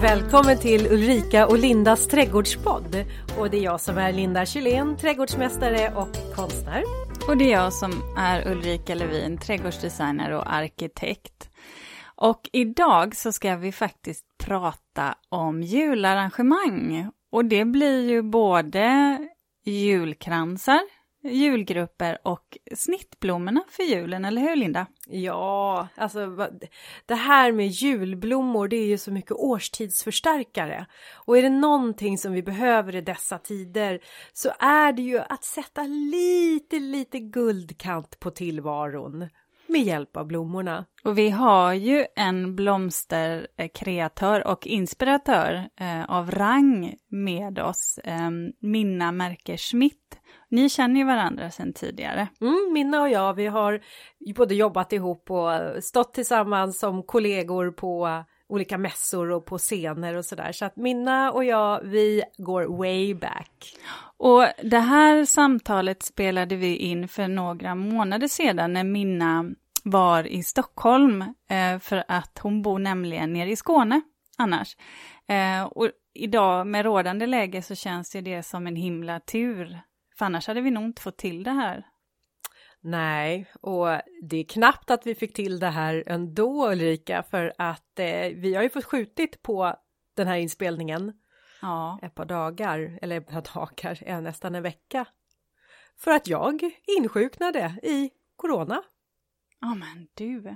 Välkommen till Ulrika och Lindas trädgårdspodd. Och det är jag som är Linda Kylén, trädgårdsmästare och konstnär. Och det är jag som är Ulrika Levin, trädgårdsdesigner och arkitekt. Och idag så ska vi faktiskt prata om jularrangemang. Och det blir ju både julkransar, julgrupper och snittblommorna för julen, eller hur Linda? Ja, alltså det här med julblommor, det är ju så mycket årstidsförstärkare. Och är det någonting som vi behöver i dessa tider så är det ju att sätta lite guldkant på tillvaron med hjälp av blommorna. Och vi har ju en blomsterkreatör och inspiratör av rang med oss, Minna Märker Schmidt. Ni känner ju varandra sedan tidigare. Minna och jag, vi har både jobbat ihop och stått tillsammans som kollegor på olika mässor och på scener och sådär. Så att Minna och jag, vi går way back. Och det här samtalet spelade vi in för några månader sedan när Minna var i Stockholm, för att hon bor nämligen nere i Skåne annars. Och idag med rådande läge så känns det som en himla tur. För annars hade vi nog inte fått till det här. Nej, och det är knappt att vi fick till det här ändå, Ulrika, för att vi har ju fått skjutit på den här inspelningen ett par dagar, nästan en vecka. För att jag insjuknade i corona. Ja, men du.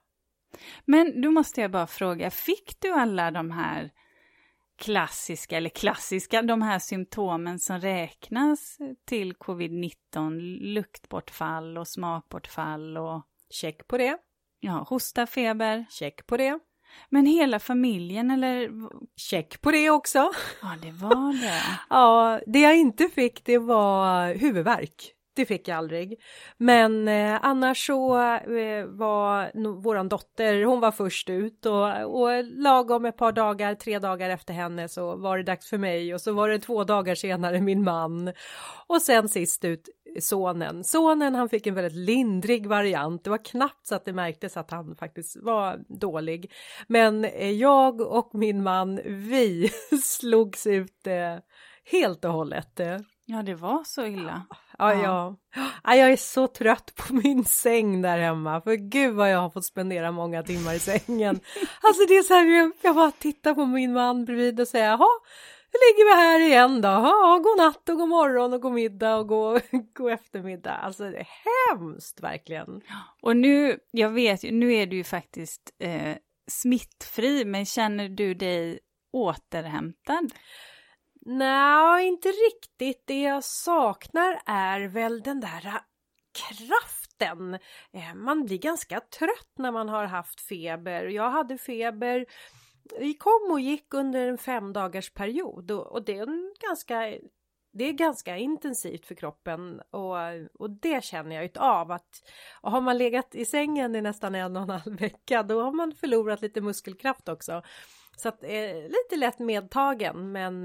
Men då måste jag bara fråga, fick du alla de här klassiska, de här symptomen som räknas till covid-19, luktbortfall och smakbortfall och... Check på det. Ja, hosta, feber. Check på det. Men hela familjen eller... Check på det också. Ja, det var det. Ja, det jag inte fick det var huvudvärk. Det fick jag aldrig. Men annars så var våran dotter, hon var först ut och lagom ett par dagar, 3 dagar efter henne så var det dags för mig. Och så var det 2 dagar senare min man. Och sen sist ut sonen. Sonen, han fick en väldigt lindrig variant. Det var knappt så att det märktes att han faktiskt var dålig. Men jag och min man, vi slogs ut helt och hållet. Ja, det var så illa. Ja. Jag är så trött på min säng där hemma. För gud vad jag har fått spendera många timmar i sängen. Alltså det är så här, jag bara tittar på min man bredvid och säger, jaha, nu ligger vi här igen då. Ja, god natt och god morgon och god middag och god eftermiddag. Alltså det är hemskt verkligen. Och nu, jag vet ju, nu är du ju faktiskt smittfri, men känner du dig återhämtad? Nej, inte riktigt. Det jag saknar är väl den där kraften. Man blir ganska trött när man har haft feber. Jag hade feber. Vi kom och gick under en 5 dagars period. Och det är ganska intensivt för kroppen. Och det känner jag av. Att har man legat i sängen i nästan 1,5 vecka, då har man förlorat lite muskelkraft också. Så att lite lätt medtagen, men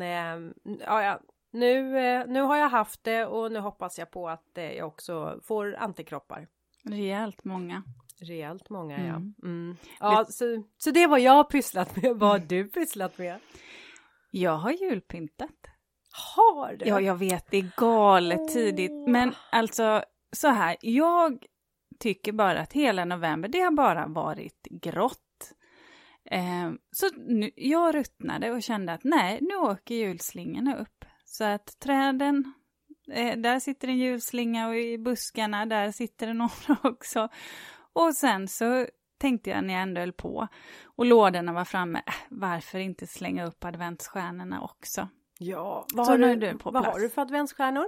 nu har jag haft det och nu hoppas jag på att jag också får antikroppar. Rejält många, ja. Ja, så det var jag pysslat med. Vad har du pysslat med? Jag har julpyntat. Har du? Ja, jag vet, det är galet tidigt. Men alltså, så här, jag tycker bara att hela november, det har bara varit grått. Så nu, jag ruttnade och kände att nej, nu åker julslingorna upp. Så att träden, där sitter en julslinga och i buskarna där sitter det några också. Och sen så tänkte jag när jag ändå höll på och lådorna var framme, varför inte slänga upp adventsstjärnorna också? Ja, vad har du för adventsstjärnor?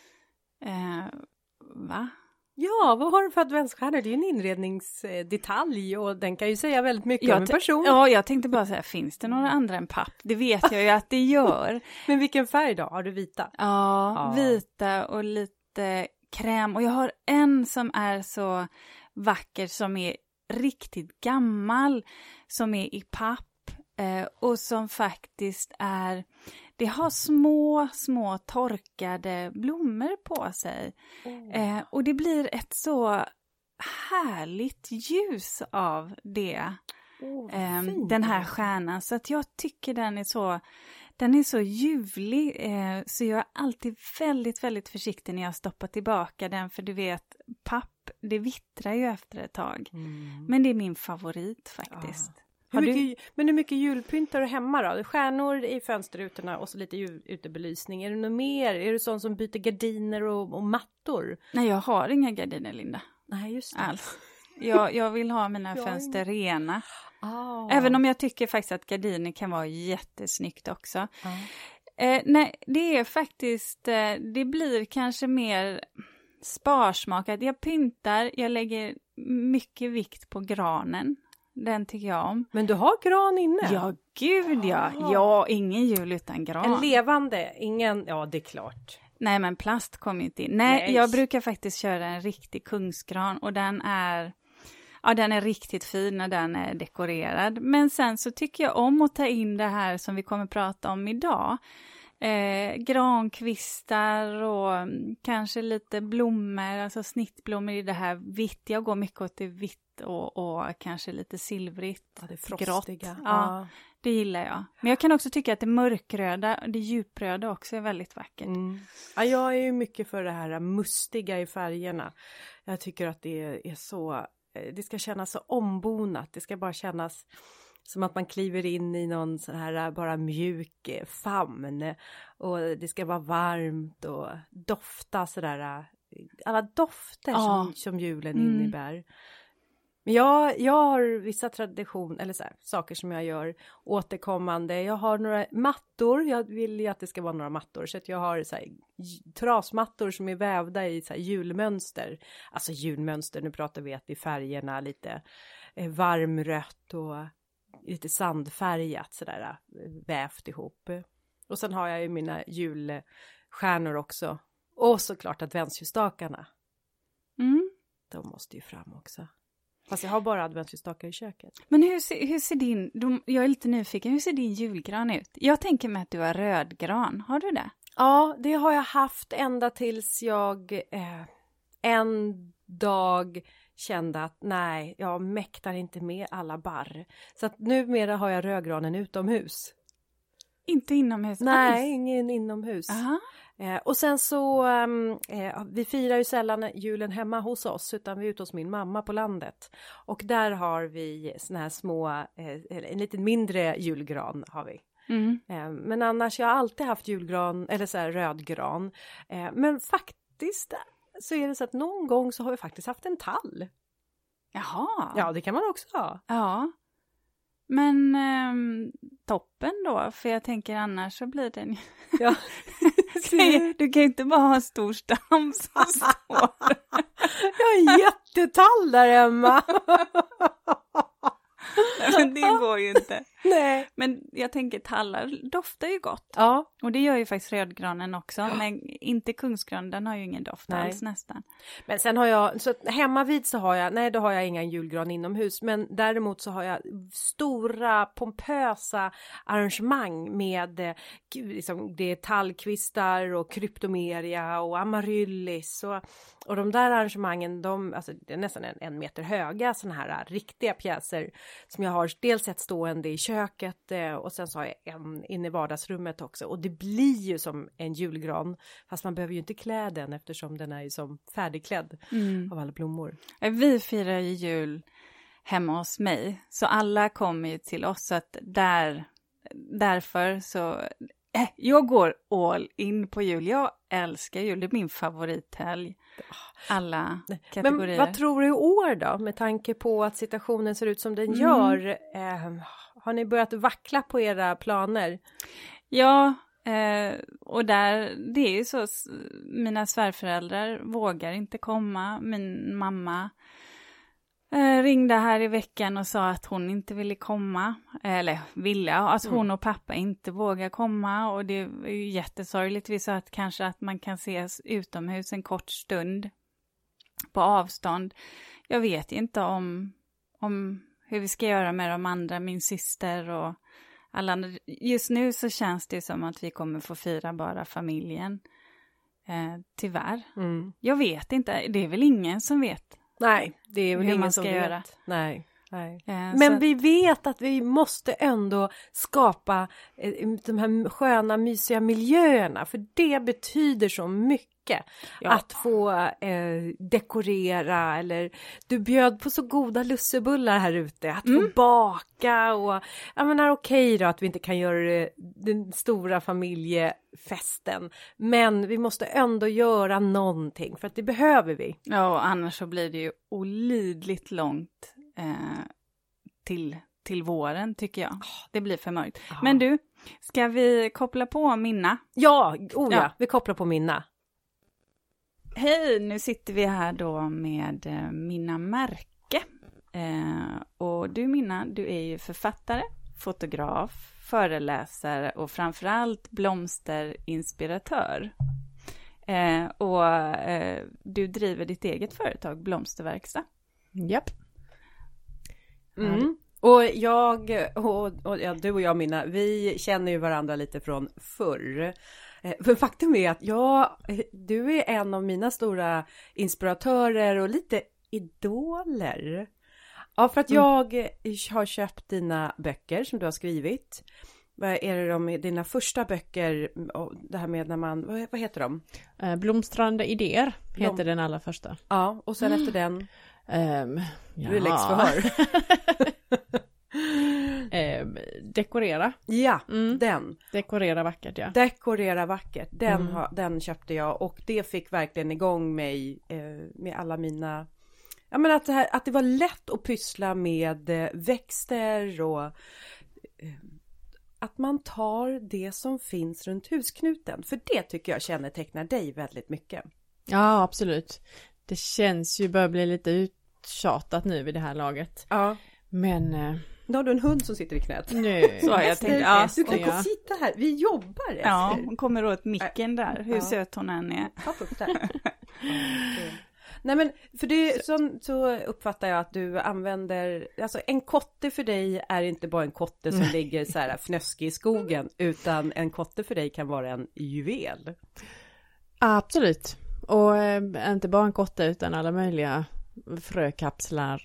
Va? Ja, vad har du för adventsstjärnor? Det är ju en inredningsdetalj och den kan ju säga väldigt mycket om en person. Ja, jag tänkte bara säga, finns det några andra än papp? Det vet jag ju att det gör. Men vilken färg då? Har du vita? Ja, vita och lite kräm. Och jag har en som är så vacker, som är riktigt gammal, som är i papp och som faktiskt är... Det har små torkade blommor på sig. Och det blir ett så härligt ljus av det. Den här stjärnan. Så att jag tycker den är så ljuvlig. Så jag är alltid väldigt, väldigt försiktig när jag stoppar tillbaka den. För du vet, papp, det vittrar ju efter ett tag. Men det är min favorit faktiskt. Hur mycket julpyntar du hemma då? Stjärnor i fönsterrutorna och så lite utebelysning. Är det något mer? Är du sån som byter gardiner och mattor? Nej, jag har inga gardiner, Linda. Nej, just det. Alls. Jag vill ha mina fönster rena. Även om jag tycker faktiskt att gardiner kan vara jättesnyggt också. Nej, det är faktiskt, det blir kanske mer sparsmakat. Jag pyntar, jag lägger mycket vikt på granen. Den tycker jag om. Men du har gran inne? Ja, gud ja. Ja, ingen jul utan gran. En levande, ja det är klart. Nej, men plast kommer inte in. Nej, jag brukar faktiskt köra en riktig kungsgran och den är riktigt fin när den är dekorerad. Men sen så tycker jag om att ta in det här som vi kommer prata om idag. Grankvistar och kanske lite blommor, alltså snittblommor i det här vitt. Jag går mycket åt det vitt och kanske lite silvrigt, det frostiga. Grått. Ja, det gillar jag. Men jag kan också tycka att det mörkröda, det djupröda också är väldigt vackert. Ja, jag är ju mycket för det här mustiga i färgerna. Jag tycker att det är så, det ska kännas så ombonat. Det ska bara kännas som att man kliver in i någon sån här bara mjuk famn. Och det ska vara varmt och dofta sådär. Alla dofter som julen innebär. Men jag har vissa traditioner, eller så här, saker som jag gör återkommande. Jag har några mattor, jag vill ju att det ska vara några mattor. Så att jag har så här, trasmattor som är vävda i så här, julmönster. Alltså julmönster, nu pratar vi att det är färgerna lite varmrött och lite sandfärgat sådär vävt ihop. Och sen har jag ju mina julstjärnor också. Och såklart adventsljusstakarna. De måste ju fram också. Fast jag har bara adventsljusstakar i köket. Men hur ser din, jag är lite nyfiken, hur ser din julgran ut? Jag tänker mig att du har rödgran, har du det? Ja, det har jag haft ända tills jag en dag kände att nej, jag mäktar inte med alla barr. Så att numera har jag rödgranen utomhus. Inte inomhus? Nej, ingen inomhus. Och sen så, vi firar ju sällan julen hemma hos oss utan vi är ute hos min mamma på landet. Och där har vi såna här små, en lite mindre julgran har vi. Men annars, jag har alltid haft julgran, eller så här rödgran. Men faktiskt så är det så att någon gång så har vi faktiskt haft en tall. Jaha. Ja, det kan man också ha. Ja. Men toppen då, för jag tänker annars så blir den ja. Du kan ju inte bara ha en stor stam som står. Jag har en jättetall där hemma. Men det går ju inte. Nej. Men jag tänker tallar doftar ju gott. Ja. Och det gör ju faktiskt rödgranen också. Men inte kungsgranen, den har ju ingen doft alls nästan. Men sen har jag, så hemma vid så har jag, nej då har jag ingen julgran inomhus. Men däremot så har jag stora pompösa arrangemang med liksom, det är tallkvistar och kryptomeria och amaryllis. Och de där arrangemangen, alltså, det är nästan en meter höga såna här riktiga pjäser. Som jag har dels ett stående i köket och sen så har jag en inne i vardagsrummet också. Och det blir ju som en julgran. Fast man behöver ju inte klä den eftersom den är ju som färdigklädd av alla blommor. Vi firar ju jul hemma hos mig. Så alla kommer ju till oss. Så att därför så... jag går all in på jul. Jag älskar jul. Det är min favorithelg. Alla kategorier. Men vad tror du i år då? Med tanke på att situationen ser ut som den gör. Har ni börjat vackla på era planer? Ja, och det är ju så. Mina svärföräldrar vågar inte komma. Min mamma ringde här i veckan och sa att hon inte ville komma. Eller ville, att hon och pappa inte vågar komma. Och det är ju jättesorgligt. Vi sa att kanske att man kan ses utomhus en kort stund på avstånd. Jag vet inte om hur vi ska göra med de andra, min syster och alla andra. Just nu så känns det som att vi kommer få fira bara familjen. Tyvärr. Jag vet inte, det är väl ingen som vet. Nej, det är väl hur ingen man ska som göra. vet. Nej. Nej. Men vi vet att vi måste ändå skapa de här sköna, mysiga miljöerna. För det betyder så mycket. Att få dekorera. Eller du bjöd på så goda lussebullar här ute. Att få baka. Och jag menar okej då att vi inte kan göra den stora familjefesten. Men vi måste ändå göra någonting. För att det behöver vi. Ja, och annars så blir det ju olidligt långt till våren tycker jag. Det blir för mörkt. Men du, ska vi koppla på Minna? Ja, vi kopplar på Minna. Hej, nu sitter vi här då med Minna Märke. Och du Minna, du är ju författare, fotograf, föreläsare och framförallt blomsterinspiratör. Och du driver ditt eget företag, Blomsterverkstad. Japp. Och du och jag Minna, vi känner ju varandra lite från förr. För faktum är att du är en av mina stora inspiratörer och lite idoler. Ja, för att jag har köpt dina böcker som du har skrivit. Vad är det dina första böcker? Det här med när man, vad heter de? Blomstrande idéer heter den allra första. Ja, och sen efter den? Läxförhör. Dekorera. Ja, den. Dekorera vackert, ja. Dekorera vackert. Den köpte jag och det fick verkligen igång mig med alla mina... Ja, men att det var lätt att pyssla med växter och att man tar det som finns runt husknuten. För det tycker jag kännetecknar dig väldigt mycket. Ja, absolut. Det känns ju börjar bli lite uttjatat nu vid det här laget. Ja. Men... Då har du en hund som sitter i knät. Nu. Så jag tänkte, du kan sitta här. Vi jobbar efter. Ja, hon kommer åt micken där. Hur söt hon än är. Hopp upp där. Nej men, för det så uppfattar jag att du använder, alltså en kotte för dig är inte bara en kotte som ligger så här fnöskig i skogen, utan en kotte för dig kan vara en juvel. Absolut. Och inte bara en kotte utan alla möjliga frökapslar,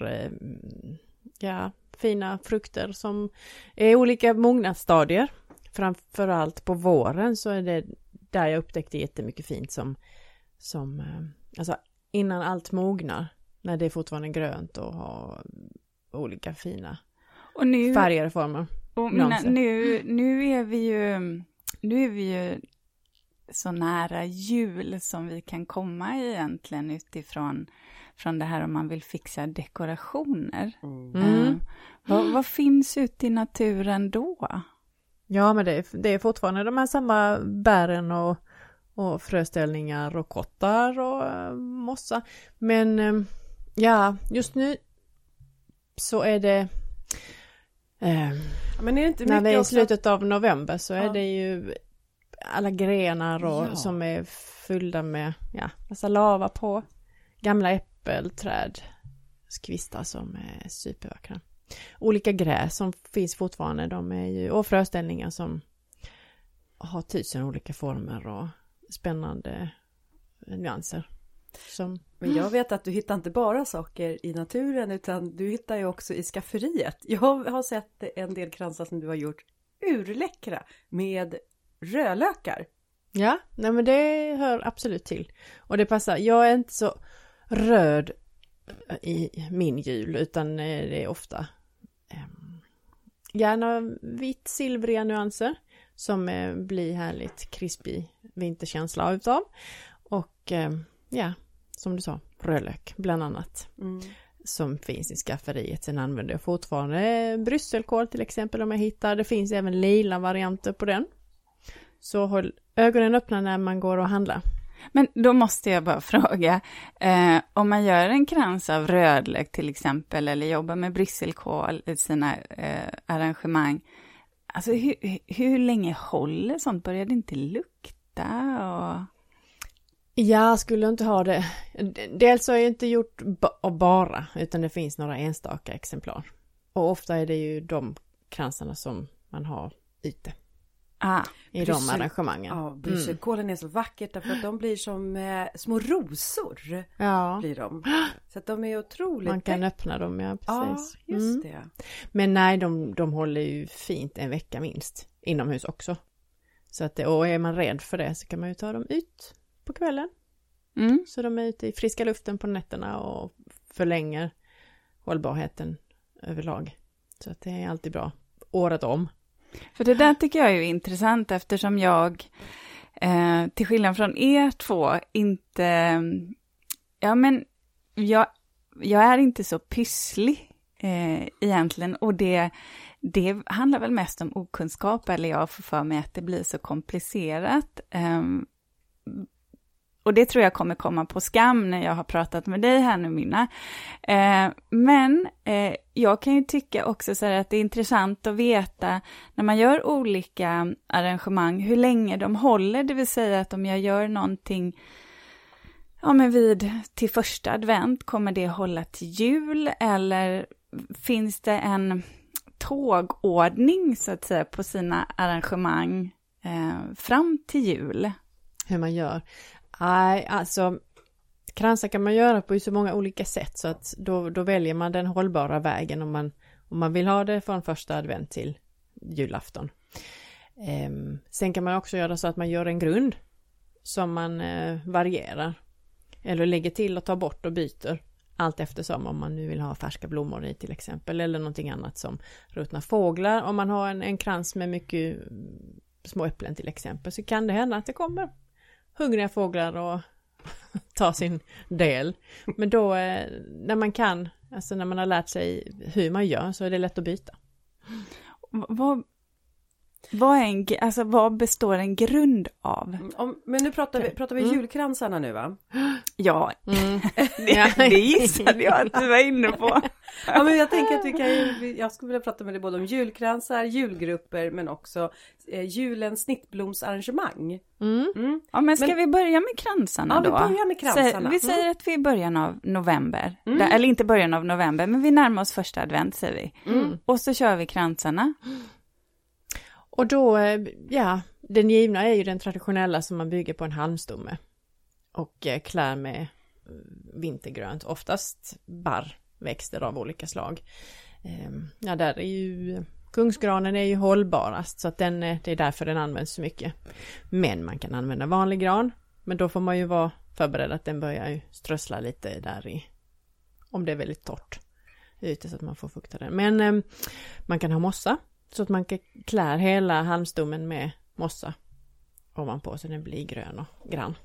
fina frukter som är olika mognadsstadier. Framförallt på våren så är det där jag upptäckte jättemycket fint som alltså innan allt mognar, när det är fortfarande grönt och har olika fina färger och former. Och nu är vi ju så nära jul som vi kan komma egentligen utifrån det här om man vill fixa dekorationer. Vad finns ute i naturen då? Ja, men det är fortfarande de här samma bären och fröställningar och kottar och mossa. Men just nu så är det men är det inte när mycket det är i också... slutet av november så är det ju alla grenar och, som är fyllda med massa lava på, gamla äppelträd, kvistar som är supervackra. Olika gräs som finns fortfarande, de är ju, och fröställningar som har 1000 olika former och spännande nyanser. Men jag vet att du hittar inte bara saker i naturen utan du hittar ju också i skafferiet. Jag har sett en del kransar som du har gjort urläckra med rödlökar. Ja, nej men det hör absolut till. Och det passar, jag är inte så röd i min jul utan det är ofta gärna vitt silvriga nyanser som blir härligt krispig vinterkänsla utav. Och som du sa, rödlök bland annat. Som finns i skafferiet. Sen använder jag fortfarande brysselkål till exempel om jag hittar. Det finns även lila varianter på den. Så håll ögonen öppna när man går och handlar. Men då måste jag bara fråga, om man gör en krans av rödlök till exempel eller jobbar med brysselkål i sina arrangemang, alltså hur länge håller sånt? Börjar det inte lukta? Jag skulle inte ha det. Dels har jag inte gjort bara, utan det finns några enstaka exemplar. Och ofta är det ju de kransarna som man har ute. i de arrangemangen. Ja, brysselkålen är så vackert därför att de blir som små rosor. Ja. Blir de. Så att de är otroligt... Man kan öppna dem, ja precis. Ja, just det. Men nej, de håller ju fint en vecka minst. Inomhus också. Så att och är man rädd för det så kan man ju ta dem ut på kvällen. Så de är ute i friska luften på nätterna och förlänger hållbarheten överlag. Så att det är alltid bra. Året om. För det där tycker jag är ju intressant eftersom jag, till skillnad från er två, inte... Ja, men jag är inte så pysslig egentligen. Och det handlar väl mest om okunskap, eller jag får för mig att det blir så komplicerat. Och det tror jag kommer komma på skam när jag har pratat med dig här nu, Minna. Men jag kan ju tycka också så här att det är intressant att veta när man gör olika arrangemang hur länge de håller. Det vill säga att om jag gör någonting till första advent, kommer det hålla till jul? Eller finns det en tågordning så att säga på sina arrangemang fram till jul? Hur man gör? Nej, alltså kransar kan man göra på så många olika sätt så att då väljer man den hållbara vägen om man vill ha det från första advent till julafton. Sen kan man också göra så att man gör en grund som man varierar eller lägger till och tar bort och byter allt eftersom, om man nu vill ha färska blommor i till exempel eller någonting annat som ruttna fåglar. Om man har en krans med mycket små äpplen till exempel så kan det hända att det kommer hungriga fåglar och ta sin del. Men då när man kan, alltså när man har lärt sig hur man gör, så är det lätt att byta. Vad består en grund av? Men nu pratar vi julkransarna nu, va? Ja, det gissade jag att du var inne på. Ja, men jag tänker att jag skulle vilja prata med dig både om julkransar, julgrupper, men också julens snittblomsarrangemang. Ja, men ska vi börja med kransarna då? Ja, vi börjar med kransarna. Vi säger att vi är i början av november. Eller inte början av november, men vi närmar oss första advent, säger vi. Och så kör vi kransarna. Och då, den givna är ju den traditionella som man bygger på en halmstomme. Och klär med vintergrönt, oftast barrväxter av olika slag. Där är ju kungsgranen är ju hållbarast, så att det är därför den används så mycket. Men man kan använda vanlig gran, men då får man ju vara förberedd att den börjar ju strössla lite där i, om det är väldigt torrt ute så att man får fukta den. Men man kan ha mossa. Så att man kan klä hela halmstommen med mossa ovanpå så den blir grön och grann.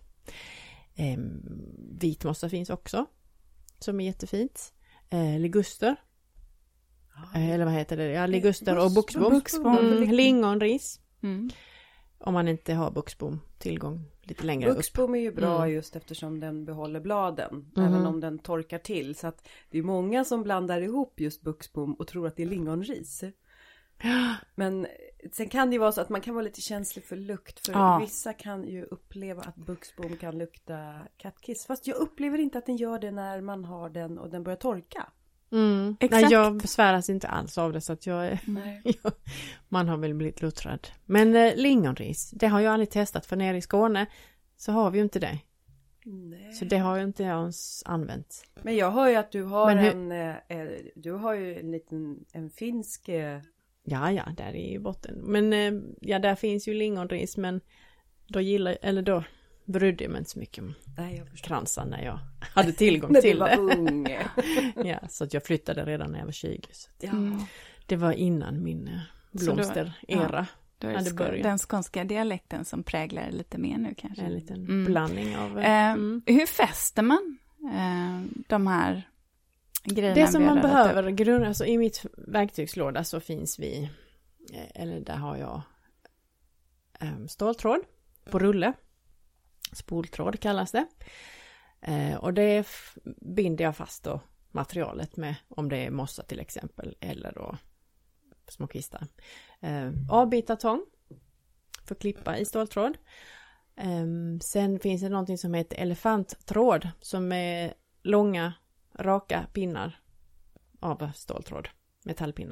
Vit mossa finns också, som är jättefint. Liguster. Eller vad heter det? Ja, liguster och buxbom. Lingonris. Om man inte har buxbom tillgång lite längre upp. Buxbom är ju bra just eftersom den behåller bladen. Även om den torkar till. Så att det är många som blandar ihop just buxbom och tror att det är lingonris. Men sen kan det ju vara så att man kan vara lite känslig för lukt. För vissa kan ju uppleva att buxbom kan lukta kattkiss. Fast jag upplever inte att den gör det när man har den och den börjar torka. Nej, jag besväras inte alls av det, så att man har väl blivit luttrad. Men lingonris, det har jag aldrig testat, för nere i Skåne så har vi ju inte det. Nej. Så det har ju inte jag ens använt. Men jag hör ju att du har du har ju en finsk... Ja, där är ju botten. Men där finns ju lingonris, men då brydde jag mig inte så mycket om kransar när jag hade tillgång till det. När du var ung. Ja, så att jag flyttade redan när jag var 20. Så det var innan min blomsterera. Då är det den skånska dialekten som präglar lite mer nu kanske. En liten blandning av... Hur fäster man de här grejerna? Det som man behöver, alltså i mitt verktygslåda så finns där har jag ståltråd på rulle. Spoltråd kallas det. Och det binder jag fast då materialet med, om det är mossa till exempel, eller då små kvistar. Avbitartång för att klippa i ståltråd. Sen finns det någonting som heter elefanttråd, som är långa raka pinnar av ståltråd, metallpinnar.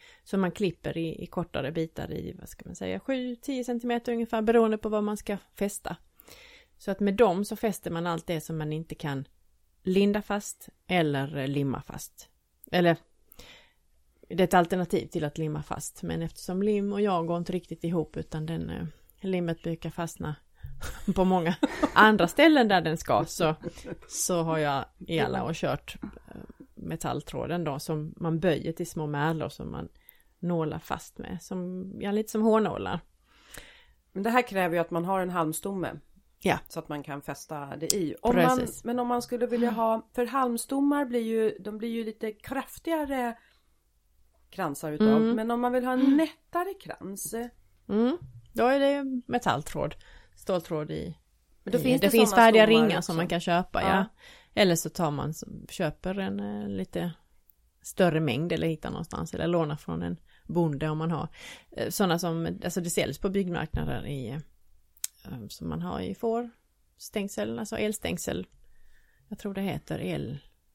som man klipper i kortare bitar i, vad ska man säga, 7-10 centimeter ungefär, beroende på vad man ska fästa. Så att med dem så fäster man allt det som man inte kan linda fast eller limma fast. Eller det är ett alternativ till att limma fast. Men eftersom lim och jag går inte riktigt ihop, utan limmet brukar fastna på många andra ställen där den ska, så har jag i alla år kört metalltråden då, som man böjer till små märlor som man nålar fast med. Lite som hårnålar. Men det här kräver ju att man har en halmstomme. Ja. Så att man kan fästa det i. Men om man skulle vilja ha, för halmstommar blir ju lite kraftigare kransar utav. Men om man vill ha en nättare krans. Då är det metalltråd, ståltråd i. Men då finns det finns färdiga ringar också som man kan köpa, ja. Eller så köper en lite större mängd eller hittar någonstans, eller lånar från en bonde om man har. Sådana som, alltså det säljs på byggmarknader som man har i fårstängsel, alltså elstängsel. Jag tror det heter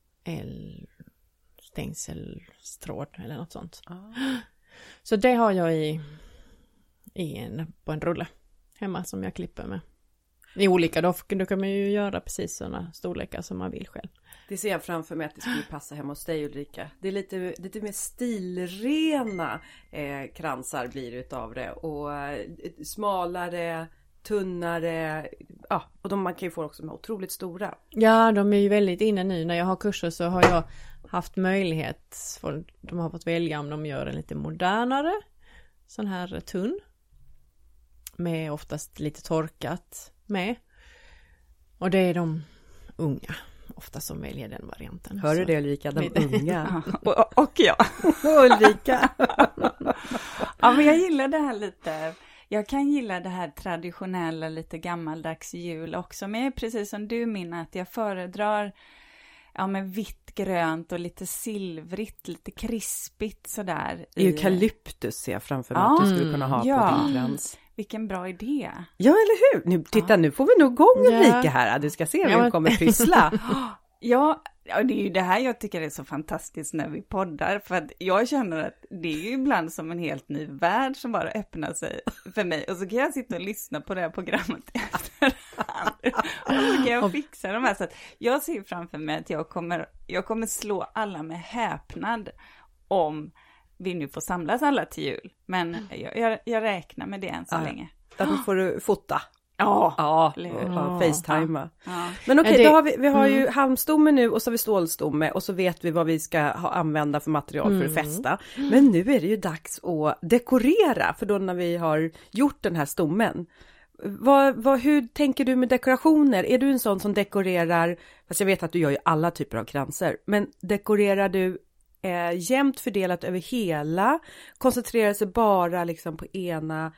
elstängselstråd eller något sånt. Så det har jag på en rulle hemma som jag klipper med. I olika, då kan man ju göra precis sådana storlekar som man vill själv. Det ser jag framför mig att det skulle passa hemma hos dig, Ulrika. Det är lite mer stilrena kransar blir det utav det. Och smalare, tunnare. Ja, och man kan ju få också med otroligt stora. Ja, de är ju väldigt inne nu. När jag har kurser så har jag haft möjlighet. De har fått välja om de gör en lite modernare. Sån här tunn. Med oftast lite torkat med. Och det är de unga ofta som väljer den varianten. Hör du det, Ulrika? De unga. och jag. Ulrika. Ja, men jag gillar det här lite. Jag kan gilla det här traditionella, lite gammaldags jul också. Men precis som du menar att jag föredrar med vitt, grönt och lite silvrigt, lite krispigt sådär. Eukalyptus ser jag framför mig att du skulle kunna ha på din krans. Vilken bra idé. Ja, eller hur? Nu får vi nog igång Ulrika här. Du ska se hur vi kommer pyssla. Ja, det är ju det här jag tycker är så fantastiskt när vi poddar. För att jag känner att det är ju ibland som en helt ny värld som bara öppnar sig för mig. Och så kan jag sitta och lyssna på det här programmet efterhand. Och så kan jag fixa de här. Så att jag ser framför mig att jag kommer slå alla med häpnad om vi nu får samlas alla till jul. Men jag räknar med det än så länge. Då får du fota. Ja, FaceTime. Men okej, då har vi har ju halmstomme nu och så har vi stålstomme och så vet vi vad vi ska använda för material för att fästa. Men nu är det ju dags att dekorera, för då när vi har gjort den här stommen. Hur tänker du med dekorationer? Är du en sån som dekorerar, fast jag vet att du gör ju alla typer av kransar, men dekorerar du jämnt fördelat över hela, koncentrerar sig bara liksom på ena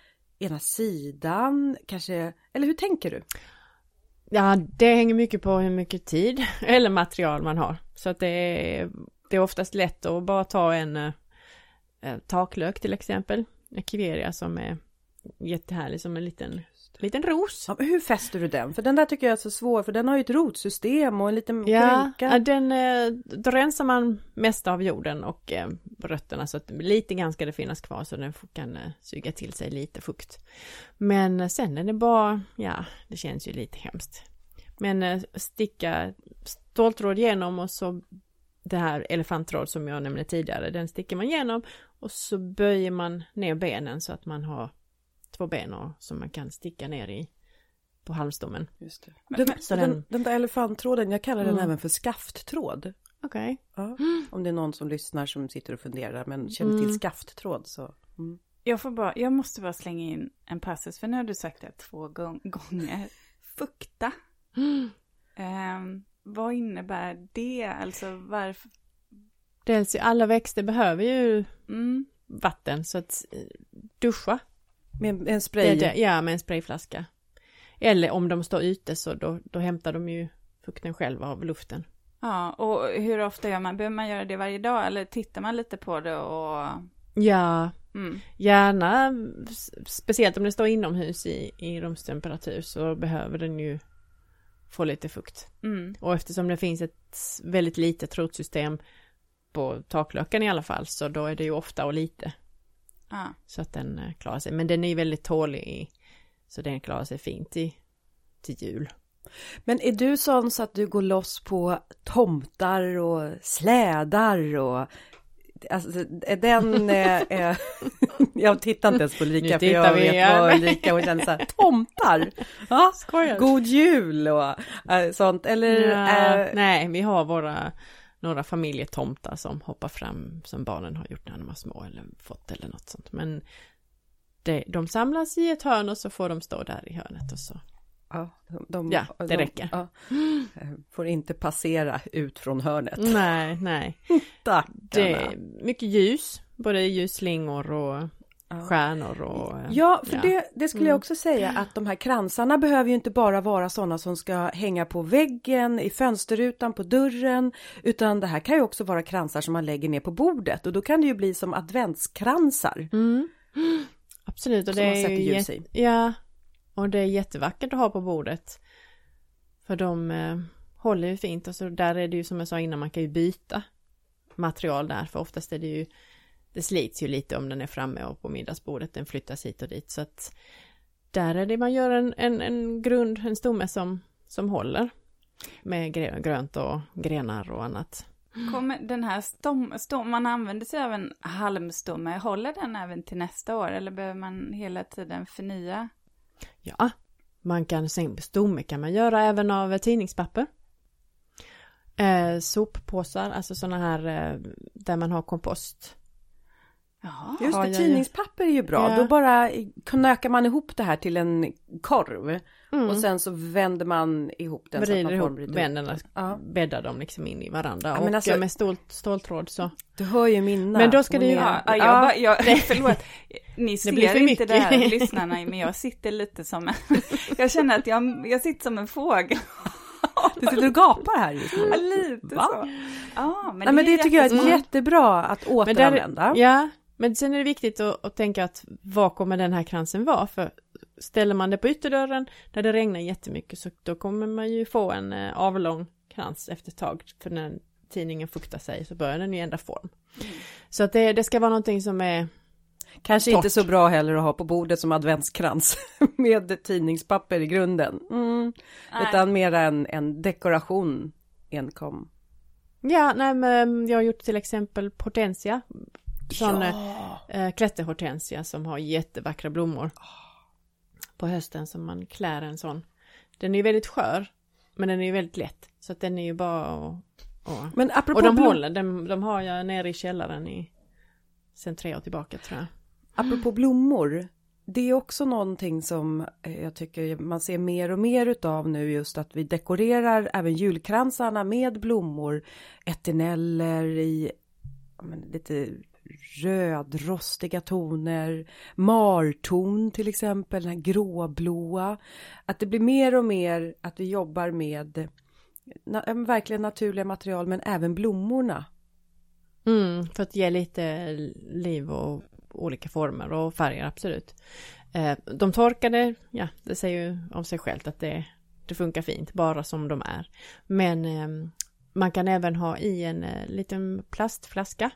sidan kanske, eller hur tänker du? Ja, det hänger mycket på hur mycket tid eller material man har. Så att det är oftast lätt att bara ta en taklök till exempel, en kiveria som är jättehärlig, som en liten ros. Ja, hur fäster du den? För den där tycker jag är så svår, för den har ju ett rotsystem och en liten kruka. Då rensar man mest av jorden och rötterna, så att lite grann ska det finnas kvar så den kan suga till sig lite fukt. Men sen är det bara, det känns ju lite hemskt. Men sticka ståltråd genom och så det här elefanttråd som jag nämnde tidigare, den sticker man igenom och så böjer man ner benen så att man har 2 ben som man kan sticka ner i på halmstommen. Just det. Den där elefanttråden, jag kallar den även för skafttråd. Okej. Ja, om det är någon som lyssnar som sitter och funderar men känner till skafttråd så. Jag måste bara slänga in en passus, för nu har du sagt det 2 gånger. Fukta. Vad innebär det? Alltså varför? Dels alla växter behöver ju vatten, så att duscha. Med en spray? Med en sprayflaska. Eller om de står ute så då hämtar de ju fukten själva av luften. Ja, och hur ofta gör man? Behöver man göra det varje dag? Eller tittar man lite på det och... Ja, gärna. Speciellt om det står inomhus i rumstemperatur så behöver den ju få lite fukt. Och eftersom det finns ett väldigt litet rotsystem på taklöken i alla fall, så då är det ju ofta och lite. Så att den klarar sig. Men den är ju väldigt tålig, så den klarar sig fint till jul. Men är du sån så att du går loss på tomtar och slädar och alltså är den jag tittar inte ens på Ulrika för jag vet vad Ulrika och känner så här, tomtar. Ja, god jul och sånt eller nej, vi har några familjetomtar som hoppar fram som barnen har gjort när de var små eller fått eller något sånt. Men de samlas i ett hörn och så får de stå där i hörnet och så. Ja, det räcker. Ja. Får inte passera ut från hörnet. Nej. Det är mycket ljus, både ljusslingor och stjärnor och... Ja, för det skulle jag också säga att de här kransarna behöver ju inte bara vara sådana som ska hänga på väggen, i fönsterrutan, på dörren, utan det här kan ju också vara kransar som man lägger ner på bordet och då kan det ju bli som adventskransar. Absolut, och som man sätter ljus i. Ja, och det är jättevackert att ha på bordet. För de håller ju fint och så där är det ju som jag sa innan, man kan ju byta material där, för oftast är det slits ju lite om den är framme och på middagsbordet, den flyttas hit och dit, så att där är det man gör en grund, en stomme som håller med grönt och grenar och annat. Kommer den här man använder sig av en halmstomme, håller den även till nästa år eller behöver man hela tiden förnya? Ja, stomme kan man göra även av tidningspapper. Soppåsar, alltså sådana här där man har kompost. Jaha. Just det, tidningspapper är ju bra. Ja. Då bara knökar man ihop det här till en korv. Och sen så vänder man ihop den. Vrider ihop vännerna, bäddar dem liksom in i varandra. Ja, och alltså, med ståltråd så. Du hör ju mina. Men då ska det ju... Förlåt, ni ser inte det här, lyssnarna, men jag sitter lite som jag känner att jag sitter som en fågel. Du sitter och gapar här just nu. Lite så. Men det tycker jag är jättebra att återanvända. Men sen är det viktigt att tänka att vad kommer den här kransen vara? För ställer man det på ytterdörren när det regnar jättemycket så då kommer man ju få en avlång krans efter ett tag. För när tidningen fuktar sig så börjar den ju ändra form. Så att det ska vara någonting som är kanske torrt. Inte så bra heller att ha på bordet som adventskrans med tidningspapper i grunden. Utan mer en dekoration enkom. Ja, men jag har gjort till exempel hortensia. Sån klätterhortensia som har jättevackra blommor på hösten som man klär en sån. Den är ju väldigt skör, men den är ju väldigt lätt. Så att den är ju bara Men apropå och de har jag nere i källaren sen 3 år tillbaka tror jag. Apropå blommor, det är också någonting som jag tycker man ser mer och mer utav nu, just att vi dekorerar även julkransarna med blommor, eterneller i lite rödrostiga toner, marton till exempel, den här gråblåa. Att det blir mer och mer att vi jobbar med verkligen naturliga material, men även blommorna. För att ge lite liv och olika former och färger, absolut. De torkade, det säger ju av sig självt att det funkar fint, bara som de är. Men man kan även ha i en liten plastflaska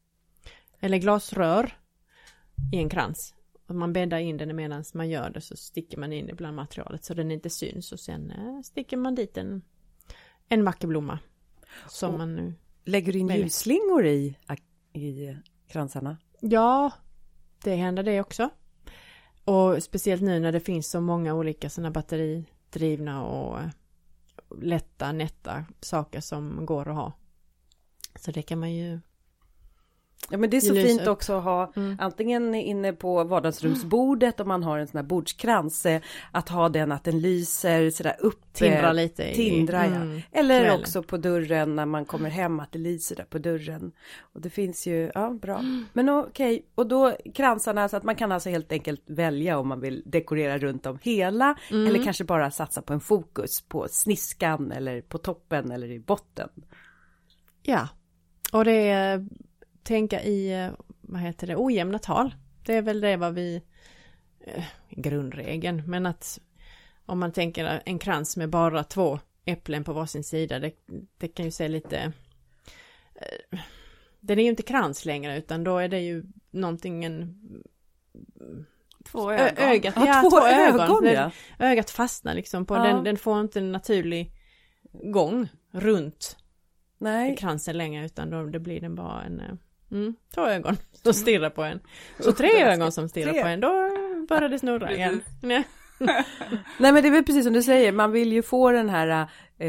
eller glasrör i en krans. Om man bäddar in den medan man gör det så sticker man in det bland materialet så den inte syns och sen sticker man dit en vackerblomma som man nu lägger in ljusslingor i kransarna. Ja, det händer det också. Och speciellt nu när det finns så många olika sådana batteridrivna och lätta, nätta saker som går att ha. Så det kan man ju... Ja, men det är så fint också att ha antingen inne på vardagsrumsbordet om man har en sån här bordskrans, att ha den att den lyser sådär upp. Tindra lite. Eller kväll. Också på dörren när man kommer hem att det lyser där på dörren. Och det finns ju, bra. Men okej, och då kransarna så att man kan alltså helt enkelt välja om man vill dekorera runt om hela eller kanske bara satsa på en fokus på sniskan eller på toppen eller i botten. Ja, och det är tänka i, ojämna tal. Det är väl det vad vi, grundregeln. Men att om man tänker en krans med bara 2 äpplen på varsin sida, det kan ju se lite, den är ju inte krans längre, utan då är det ju någonting, Två ögon. Ögat, två ögon, ja. Ögat fastnar liksom på, den får inte en naturlig gång runt kransen längre, utan då det blir den bara två ögon som stirrar på en. Så 3 ögon som stirrar på en, då börjar det snurra igen. Nej, men det är väl precis som du säger, man vill ju få den här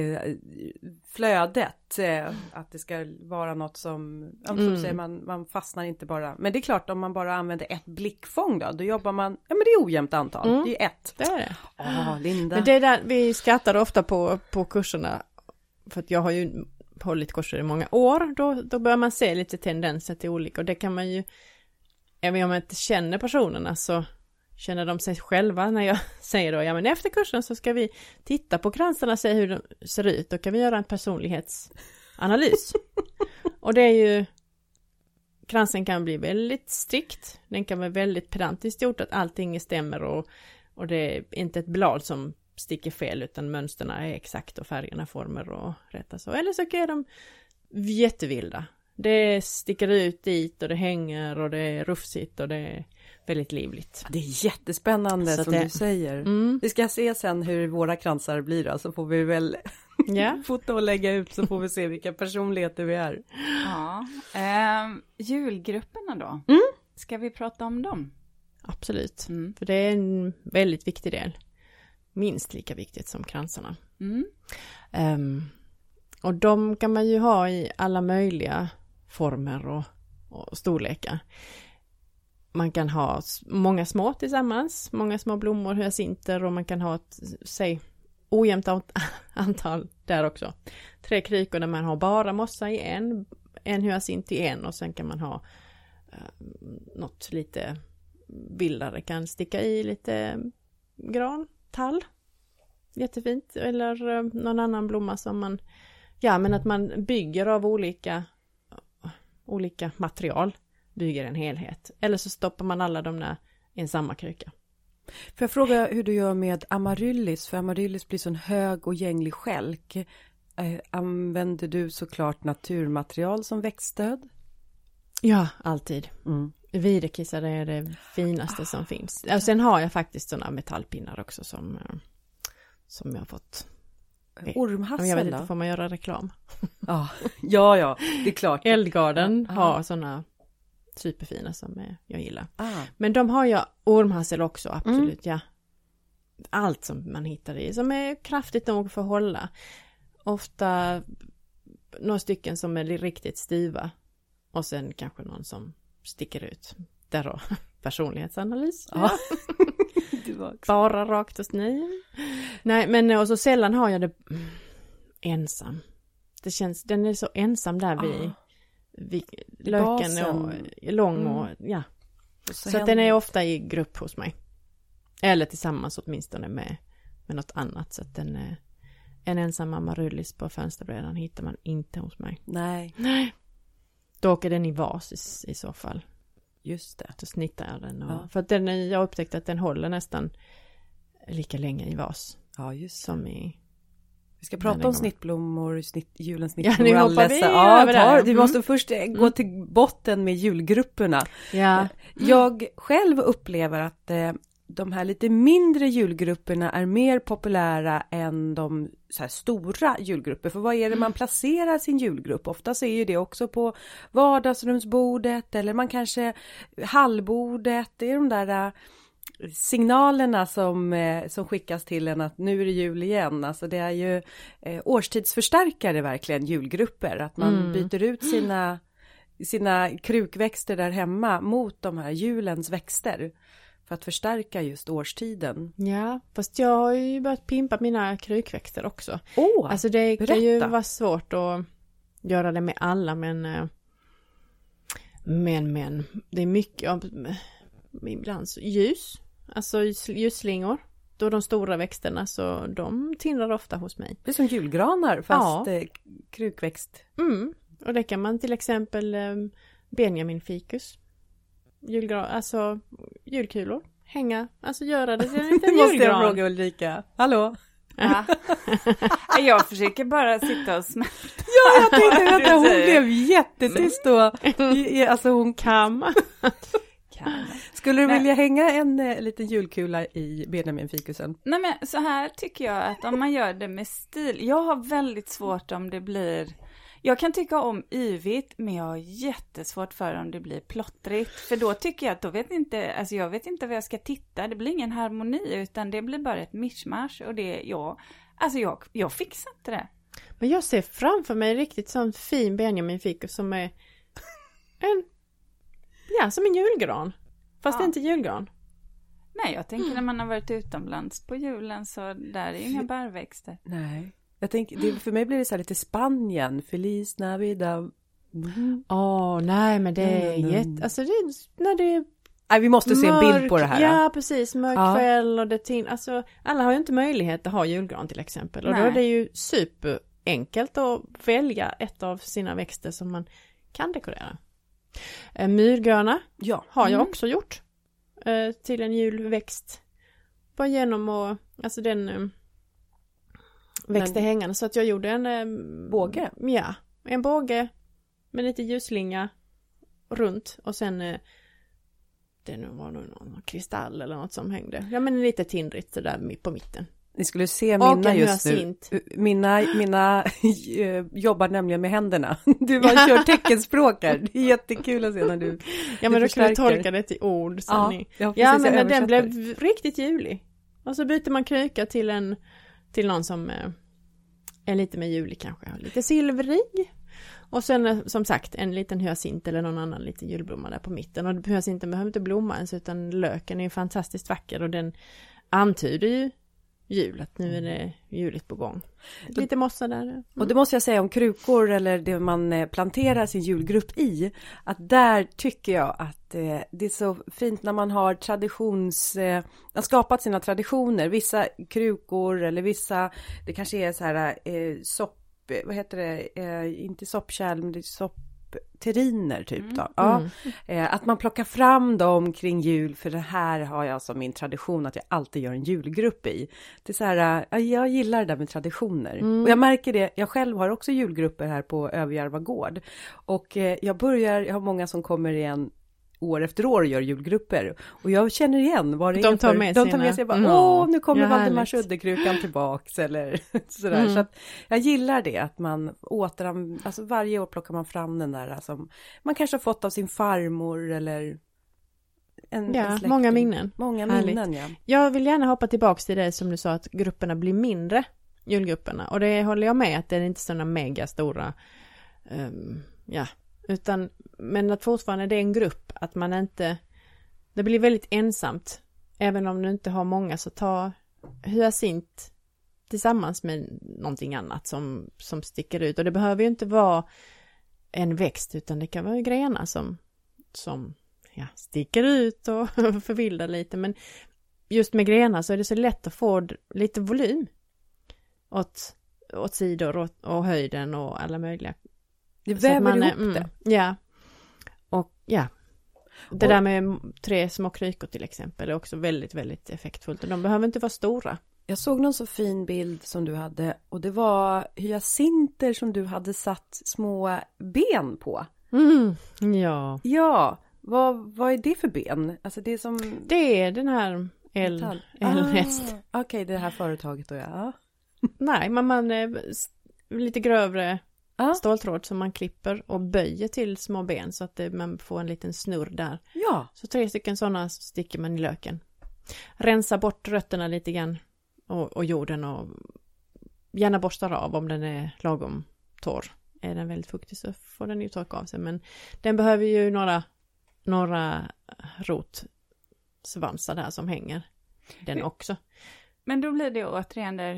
flödet, att det ska vara något som säger man fastnar inte bara. Men det är klart, om man bara använder ett blickfång då jobbar man, men det är ojämnt antal, det är ett. Det är det. Linda. Men det är där vi skrattar ofta på kurserna, för att jag har ju hållit kurser i många år, då börjar man se lite tendenser till olika, och det kan man ju, även om man inte känner personerna så känner de sig själva när jag säger då, men efter kursen så ska vi titta på kransarna och se hur de ser ut. Då kan vi göra en personlighetsanalys. Och det är ju, kransen kan bli väldigt strikt. Den kan vara väldigt pedantiskt gjort, att allting stämmer och det är inte ett blad som sticker fel, utan mönsterna är exakt och färgerna, former och rätta så. Eller så är de jättevilda. Det sticker ut dit och det hänger och det är rufsigt och det är väldigt livligt. Det är jättespännande så som du säger. Vi ska se sen hur våra kransar blir då, så får vi väl fota och lägga ut, så får vi se vilka personligheter vi är. Ja. Julgrupperna då? Ska vi prata om dem? Absolut, för det är en väldigt viktig del. Minst lika viktigt som kransarna. Och de kan man ju ha i alla möjliga former och storlekar. Man kan ha många små tillsammans, många små blommor, hyacinter, och man kan ha ett ojämnt antal där också. 3 krikor där man har bara mossa i en hyacint i en, och sen kan man ha något lite vildare, kan sticka i lite gran, tall. Jättefint, eller någon annan blomma som man, men att man bygger av olika material, bygger en helhet. Eller så stoppar man alla de där i en samma kryka. Får jag fråga hur du gör med amaryllis? För amaryllis blir så en hög och gänglig skälk. Använder du såklart naturmaterial som växtstöd? Ja, alltid. Videkissar är det finaste som finns. Och sen har jag faktiskt sådana metallpinnar också som jag har fått. Ormhassel, jag vet inte, får man göra reklam? Ja, det är klart. Eldgarden har sådana superfina som jag gillar. Men de har jag ormhassel också, absolut, ja. Allt som man hittar i, som är kraftigt nog för att hålla. Ofta några stycken som är riktigt styva. Och sen kanske någon som sticker ut. Där då, personlighetsanalys. Ja. Bara rakt och snöj. Nej, men och så sällan har jag det ensam. Den är så ensam där vid löken och lång och Så att den är ofta i grupp hos mig. Eller tillsammans åtminstone med något annat. Så att en ensam amaryllis på fönsterbrädan hittar man inte hos mig. Nej. Då åker den i vas i så fall. Just det. Då snittar jag den. För att jag upptäckte att den håller nästan lika länge i vas. Ja, just som i... Vi ska prata om snittblommor, julens snittblommor. Ja, nu hoppar vi över där. Du måste först gå till botten med julgrupperna. Ja. Jag själv upplever att de här lite mindre julgrupperna är mer populära än de så här stora julgrupper. För vad är det man placerar sin julgrupp? Ofta så är ju det också på vardagsrumsbordet, eller man kanske hallbordet. Det är de där signalerna som skickas till en att nu är det jul igen. Alltså det är ju årstidsförstärkare verkligen, julgrupper. Att man byter ut sina krukväxter där hemma mot de här julens växter. För att förstärka just årstiden. Ja, fast jag har ju börjat pimpa mina krukväxter också. Alltså det berätta. Kan ju vara svårt att göra det med alla, men det är mycket ibland ljus. Alltså ljusslingor. Då de stora växterna, så de tindrar ofta hos mig. Det är som julgranar fast krukväxt. Och det kan man till exempel Benjamin ficus. Julkulor. Hänga. Alltså göra det till en liten julgran. Måste jag fråga Ulrika. Hallå? Ja. Jag försöker bara sitta och smälta. Ja, jag tänkte att hon blev jättetyst då. Alltså hon Kam. Skulle du vilja hänga en liten julkula i Benjamin-fikusen? Nej, men så här tycker jag att om man gör det med stil. Jag har väldigt svårt om det blir... Jag kan tycka om yvigt, men jag har jättesvårt för om det blir plottrigt. För då tycker jag att jag vet inte vad jag ska titta. Det blir ingen harmoni, utan det blir bara ett mischmasch. Och det, jag fixar inte det. Men jag ser framför mig riktigt sån fin Benjamin-fikus som är som en julgran. Fast det är inte julgran. Nej, jag tänker när man har varit utomlands på julen så där är inga bärväxter. Nej. Jag tänker, för mig blir det så här lite Spanien. Feliz Navidad. Nej, men det är alltså det är, när det är Nej, vi måste se en bild på det här. Ja, precis. Mörk kväll och det alltså alla har ju inte möjlighet att ha julgran till exempel. Och då är det ju superenkelt att välja ett av sina växter som man kan dekorera. Myrgröna har jag också gjort till en julväxt. Bara genom att, alltså den växte hängande så att jag gjorde en båge. Ja, en båge med lite ljusslinga runt och sen det var nog någon kristall eller något som hängde. Ja, men lite tindrigt där på mitten. Ni skulle se mina just hyacint. Nu. Mina jobbar nämligen med händerna. Du har kört teckenspråk här. Det är jättekul att se när du Ja, men då kan du tolka det till ord. Ja, men den blev riktigt julig. Och så byter man kruka till någon som är lite mer julig kanske. Lite silvrig. Och sen som sagt en liten hyacint eller någon annan liten julblomma där på mitten. Och hyacinten behöver inte blomma ens utan löken är ju fantastiskt vacker och den antyder ju jul, att nu är det juligt på gång. Lite mossa där. Och det måste jag säga om krukor eller det man planterar sin julgrupp i, att där tycker jag att det är så fint när man har skapat sina traditioner. Vissa krukor eller vissa, det kanske är så här vad heter det, inte soppkärl men det är soppterriner typ då. Att man plockar fram dem kring jul, för det här har jag som min tradition att jag alltid gör en julgrupp i. Det är så här, jag gillar det där med traditioner. Och jag märker det, jag själv har också julgrupper här på Överjärva gård. Och jag har många som kommer igen år efter år och gör julgrupper. Och jag känner igen vad det är. De tar med sig bara, nu kommer Valdemars uddekrukan tillbaks eller sådär. Så att jag gillar det, att man alltså varje år plockar man fram den där som man kanske har fått av sin farmor eller en släkting. Många minnen. Många minnen, ja. Jag vill gärna hoppa tillbaks till det som du sa, att grupperna blir mindre, julgrupperna. Och det håller jag med, att det är inte sådana mega stora men att fortfarande det är en grupp, att man inte, det blir väldigt ensamt även om du inte har många, så ta hyacint tillsammans med någonting annat som sticker ut, och det behöver ju inte vara en växt utan det kan vara grenar som sticker ut och förvildar lite, men just med grenar så är det så lätt att få lite volym åt sidor och höjden och alla möjliga. Det väver ihop det. Ja. Och det där med 3 små krykor till exempel är också väldigt, väldigt effektfullt. Och de behöver inte vara stora. Jag såg någon så fin bild som du hade. Och det var hyacinter som du hade satt små ben på. Ja. Ja, vad är det för ben? Alltså det är som... Det är den här L-häst. Okej, det här företaget då, ja. Nej, men man är lite grövre... ståltråd som man klipper och böjer till små ben så att man får en liten snurr där. Ja. Så 3 stycken sådana sticker man i löken. Rensa bort rötterna lite grann och jorden och gärna borstar av om den är lagom torr. Är den väldigt fuktig så får den ju torka av sig, men den behöver ju några rotsvansar där som hänger den också. Men då blir det återigen där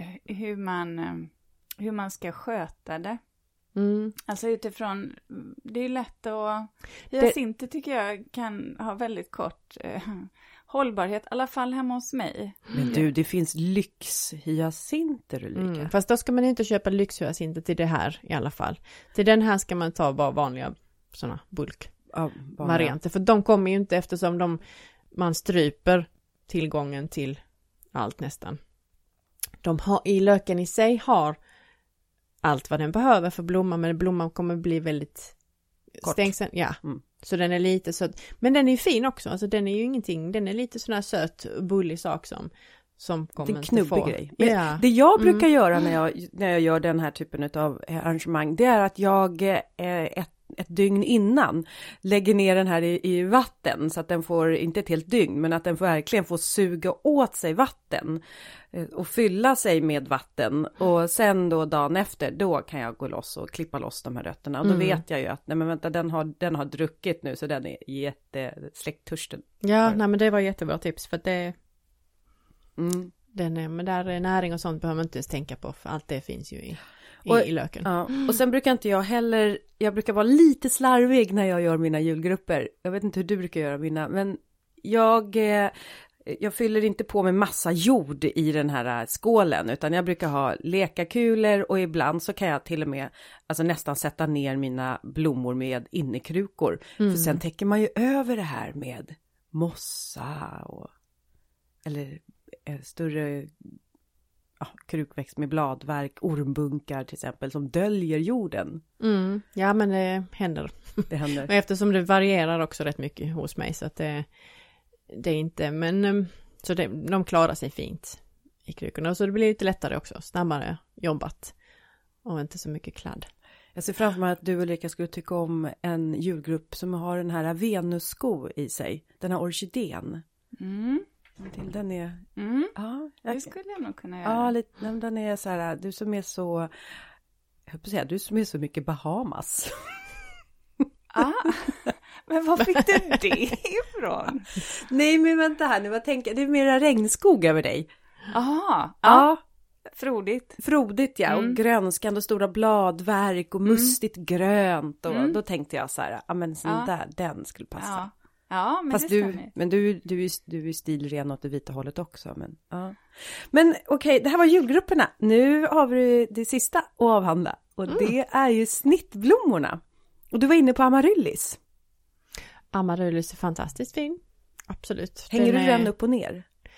hur man ska sköta det. Alltså utifrån, det är lätt att... Hyacinter tycker jag kan ha väldigt kort hållbarhet, i alla fall hemma hos mig. Men du, det finns lyxhyacinter Ulrika. Fast då ska man inte köpa lyxhyacinter till det här i alla fall. Till den här ska man ta bara vanliga sådana bulkvarianter. För de kommer ju inte, eftersom man stryper tillgången till allt nästan. i löken i sig har allt vad den behöver för blomman, men blomman kommer bli väldigt stängseln. Ja, så den är lite så. Men den är ju fin också, alltså den är ju ingenting, den är lite sån här söt och bullig sak som kommer det är en knubbig grej. Men ja. Det jag brukar göra när jag gör den här typen av arrangemang, det är att jag ett dygn innan lägger ner den här i vatten så att den får, inte ett helt dygn, men att den verkligen får suga åt sig vatten och fylla sig med vatten, och sen då dagen efter, då kan jag gå loss och klippa loss de här rötterna, och då vet jag ju att nej men vänta, den har druckit nu, så den är jättesläckt törsten. Ja, nej men det var jättebra tips, för att det men där är näring och sånt behöver man inte ens tänka på, för allt det finns ju i löken. Ja. Och sen brukar inte jag heller, jag brukar vara lite slarvig när jag gör mina julgrupper. Jag vet inte hur du brukar göra mina, men jag fyller inte på med massa jord i den här skålen, utan jag brukar ha lekakulor, och ibland så kan jag till och med nästan sätta ner mina blommor med innekrukor. För sen täcker man ju över det här med mossa eller större krukväxt med bladverk, ormbunkar till exempel, som döljer jorden. Ja, men det händer. Det händer. Och eftersom det varierar också rätt mycket hos mig, så att det är inte, men så de klarar sig fint i krukorna, så det blir lite lättare också, snabbare jobbat och inte så mycket kladd. Jag ser framför mig att du, Ulrika, skulle tycka om en julgrupp som har den här venussko i sig, den här orkidén. Den är... Ja, det skulle jag nog kunna göra. Ja, lite, den är så här, du som är så... Jag höll på att säga, du som är så mycket Bahamas. Men var fick du det ifrån? Nej, men vänta här nu, vad tänker, det är mera regnskog över dig. Ja. Frodigt, ja. Och grönskande och stora bladverk och mustigt grönt. Och då tänkte jag så här, men sån där, den skulle passa. Ja, men fast det stämmer. Men du är stilren åt det vita hållet också. Men okej, det här var julgrupperna. Nu har vi det sista att avhandla. Och det är ju snittblommorna. Och du var inne på amaryllis. Amaryllis är fantastiskt fin. Absolut. Hänger du den upp och ner?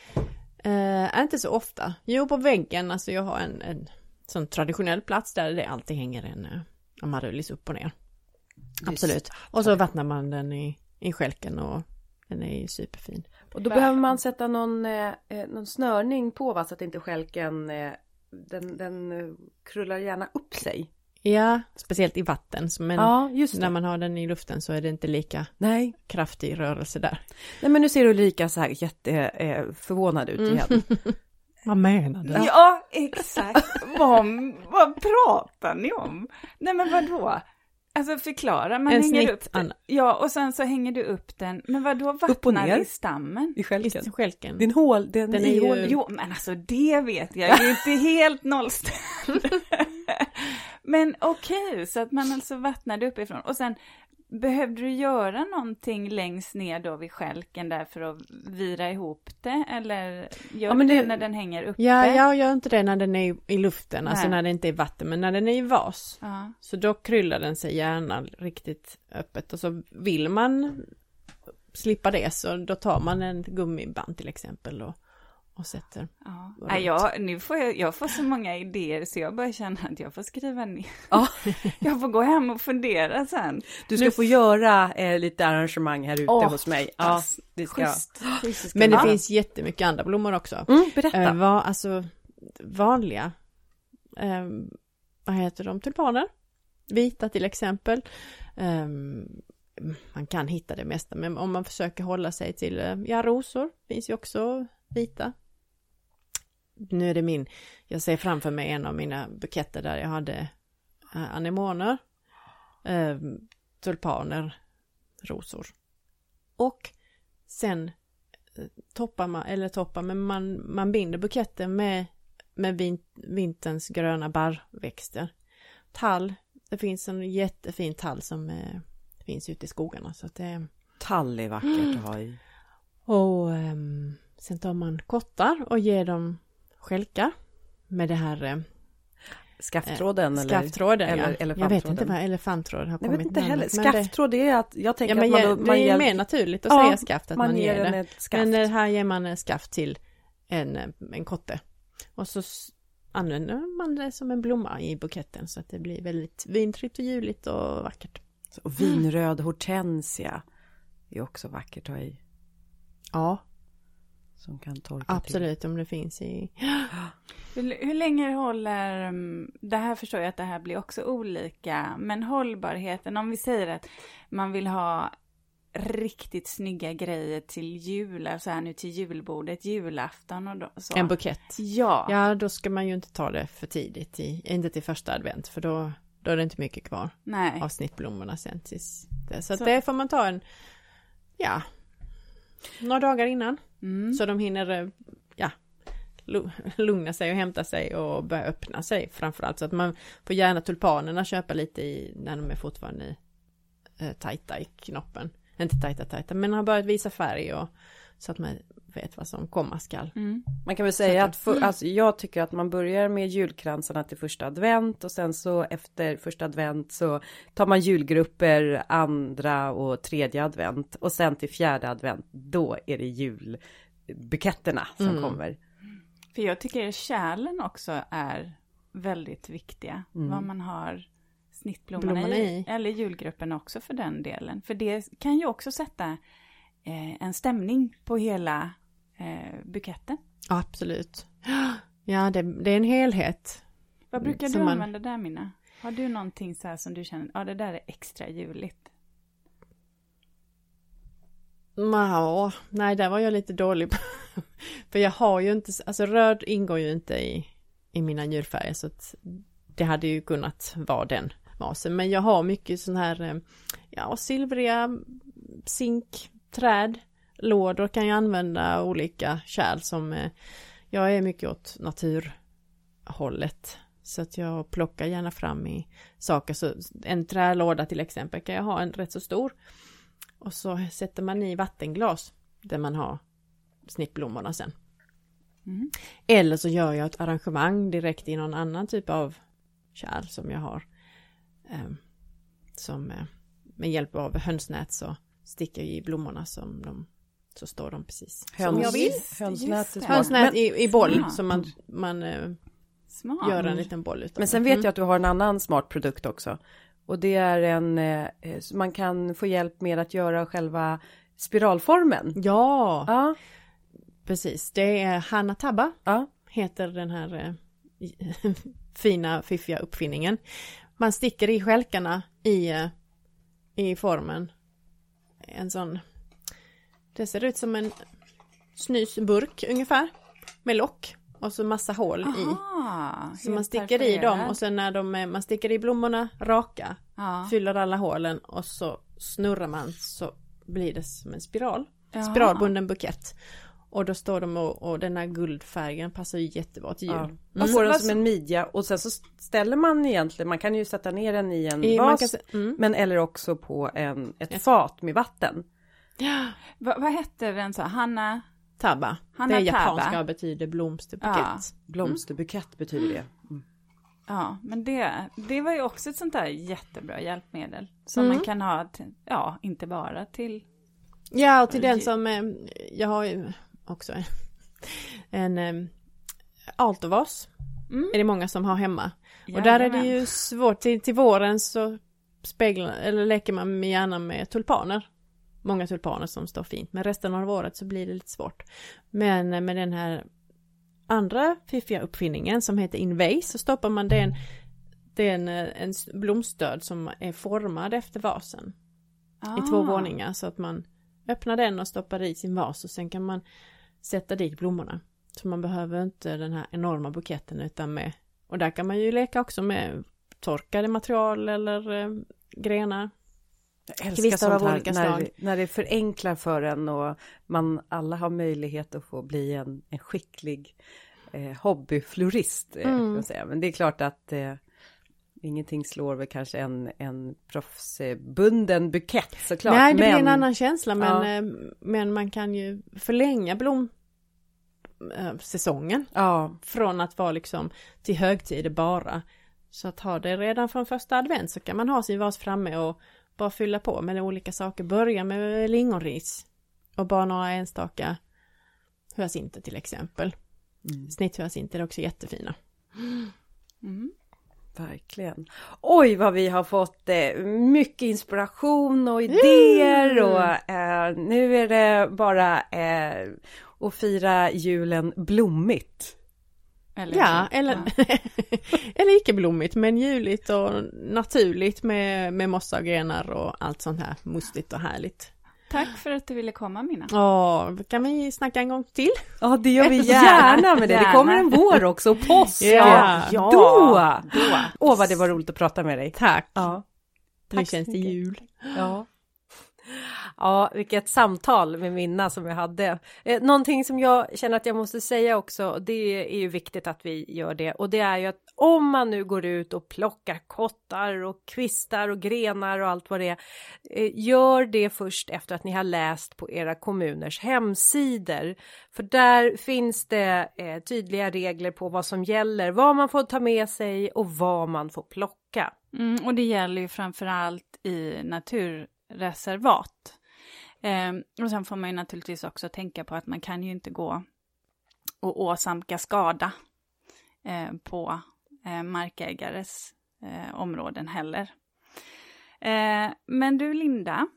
Inte så ofta. Jo, på väggen. Alltså jag har en sån traditionell plats där det alltid hänger en amaryllis upp och ner. Absolut. Och så vattnar man den i skälken, och den är ju superfin. Och då behöver man sätta någon snörning på, så att inte skälken den krullar gärna upp sig. Ja, speciellt i vatten. Men just när man har den i luften så är det inte lika kraftig rörelse där. Nej, men nu ser du lika så här jätteförvånad ut igen. Vad menar du? Ja, exakt. Vad pratar ni om? Nej, men vadå? Alltså förklara, man hänger upp den. Ja, och sen så hänger du upp den. Men vadå, vattnar i stammen? I skälken. I skälken. Den är ju... Jo, men alltså det vet jag. Det är inte helt nollställd. Men okej, så att man alltså vattnade uppifrån. Och sen behövde du göra någonting längst ner då vid skälken där för att vira ihop det? Eller gör du det när den hänger uppe? Ja, jag gör inte det när den är i luften. Nej. Alltså när det inte är vatten. Men när den är i vas. Så då kryllar den sig gärna riktigt öppet. Och så vill man slippa det, så då tar man en gummiband till exempel och sätter. Jag får så många idéer, så jag börjar känna att jag får skriva ner. Jag får gå hem och fundera sen. Du ska få göra lite arrangemang här ute hos mig. Ja, det ska. Men det finns jättemycket andra blommor också. Berätta. Alltså vanliga, vad heter de? Tulpaner. Vita till exempel. Man kan hitta det mesta, men om man försöker hålla sig till, rosor finns ju också vita. Nu är det jag ser framför mig en av mina buketter där jag hade anemoner, tulpaner, rosor. Och sen man binder buketten med vinterns gröna barrväxter. Tall, det finns en jättefin tall som finns ute i skogarna. Så att tall är vackert att ha i. Och sen tar man kottar och ger dem skälkar med det här skafftråden eller jag vet inte vad elefanttråd har kommit. Jag vet inte heller. Skafftråd, det är att jag tänker att det är mer naturligt att säga skaft, att man ger det. Men här ger man skaft till en kotte. Och så använder man det som en blomma i buketten så att det blir väldigt vintrigt och juligt och vackert. Och vinröd hortensia är också vackert att ha i. Ja. Som kan torka absolut till. Om det finns i... Hur länge håller... Det här förstår jag att det här blir också olika. Men hållbarheten, om vi säger att man vill ha riktigt snygga grejer till jul, alltså här nu till julbordet, julafton och så. En bukett. Ja. Ja, då ska man ju inte ta det för tidigt, inte till första advent, för då är det inte mycket kvar. Nej. Av snittblommorna sen tills det. Så att det får man ta några dagar innan. Så de hinner lugna sig och hämta sig och börja öppna sig framförallt. Så att man får gärna tulpanerna köpa lite när de är fortfarande tajta i knoppen. Inte tajta, men har börjat visa färg och så att man vet vad som komma skall. Man kan väl säga att alltså, jag tycker att man börjar med julkransarna till första advent och sen så efter första advent så tar man julgrupper andra och tredje advent och sen till fjärde advent då är det julbuketterna som kommer. För jag tycker kärlen också är väldigt viktiga. Vad man har snittblommorna i. Eller julgruppen också för den delen. För det kan ju också sätta en stämning på hela buketten. Absolut. Ja, det är en helhet. Vad brukar du använda där, Minna? Har du någonting så här som du känner, det där är extra juligt? Nej, där var jag lite dålig på. För jag har ju inte, alltså röd ingår ju inte i mina julfärger så att det hade ju kunnat vara den masen. Men jag har mycket sån här, silvriga zinkträd, lådor kan jag använda olika kärl som, jag är mycket åt naturhållet. Så att jag plockar gärna fram i saker. Så en trälåda till exempel kan jag ha en rätt så stor. Och så sätter man i vattenglas där man har snittblommorna sen. Eller så gör jag ett arrangemang direkt i någon annan typ av kärl som jag har. Som med hjälp av hönsnät så sticker jag i blommorna så står de precis som jag vill. Hönsnät i boll som man gör en liten boll utav. Men sen vet jag att du har en annan smart produkt också. Och det är man kan få hjälp med att göra själva spiralformen. Ja. Precis. Det är Hanna Tabba. Heter den här fina, fiffiga uppfinningen. Man sticker i skälkarna i formen. En sån. Det ser ut som en snusburk ungefär. Med lock. Och så massa hål i. Så man sticker i dem. Och sen när man sticker i blommorna raka. Fyller alla hålen. Och så snurrar man så blir det som en spiral. Spiralbunden bukett. Och då står de och den här guldfärgen passar ju jättebra till jul. Man får den som en midja och sen så ställer man egentligen, man kan ju sätta ner den i en vas, men eller också på ett fat med vatten. Ja. Vad hette den så? Hanna Tabba. Det är japanska och betyder blomsterbukett. Blomsterbukett betyder det. Ja, men det var ju också ett sånt där jättebra hjälpmedel som man kan ha, inte bara till... Ja, och till den som, jag har ju också en altovas. Är det många som har hemma. Och där är det ju svårt, till våren så leker man gärna med tulpaner. Många tulpaner som står fint. Men resten av året så blir det lite svårt. Men med den här andra fiffiga uppfinningen som heter Invase så stoppar man en blomstöd som är formad efter vasen. I 2 våningar så att man öppnar den och stoppar i sin vas och sen kan man sätta dit blommorna. Så man behöver inte den här enorma buketten och där kan man ju leka också med torkade material eller grenar. Jag älskar sånt här när det förenklar för en och alla har möjlighet att få bli en skicklig hobbyflorist. Kan jag säga. Men det är klart att ingenting slår väl kanske en proffsbunden bukett såklart. Nej, det blir en annan känsla men man kan ju förlänga blomsäsongen från att vara liksom till högtider bara. Så att ha det redan från första advent så kan man ha sin vas framme och bara fylla på med olika saker. Börja med lingonris och bara några enstaka hyacinter till exempel. Snitthyacinter är också jättefina. Verkligen. Oj vad vi har fått mycket inspiration och idéer och nu är det bara att fira julen blommigt. Eller icke blommigt, men juligt och naturligt med mossa och grenar och allt sånt här mustigt och härligt. Tack för att du ville komma, Minna. Kan vi snacka en gång till? Ja, det gör vi gärna med det. Det kommer en vår också, och påsk. Ja. Då. Åh, vad det var roligt att prata med dig. Tack. Ja. Nu känns det jul. Ja. Ja, vilket samtal med Minna som jag hade. Någonting som jag känner att jag måste säga också, det är ju viktigt att vi gör det. Och det är ju att om man nu går ut och plockar kottar och kvistar och grenar och allt vad det är. Gör det först efter att ni har läst på era kommuners hemsidor. För där finns det tydliga regler på vad som gäller. Vad man får ta med sig och vad man får plocka. Och det gäller ju framförallt i naturreservat. Och sen får man ju naturligtvis också tänka på att man kan ju inte gå och åsamka skada på markägares områden heller. Men du Linda,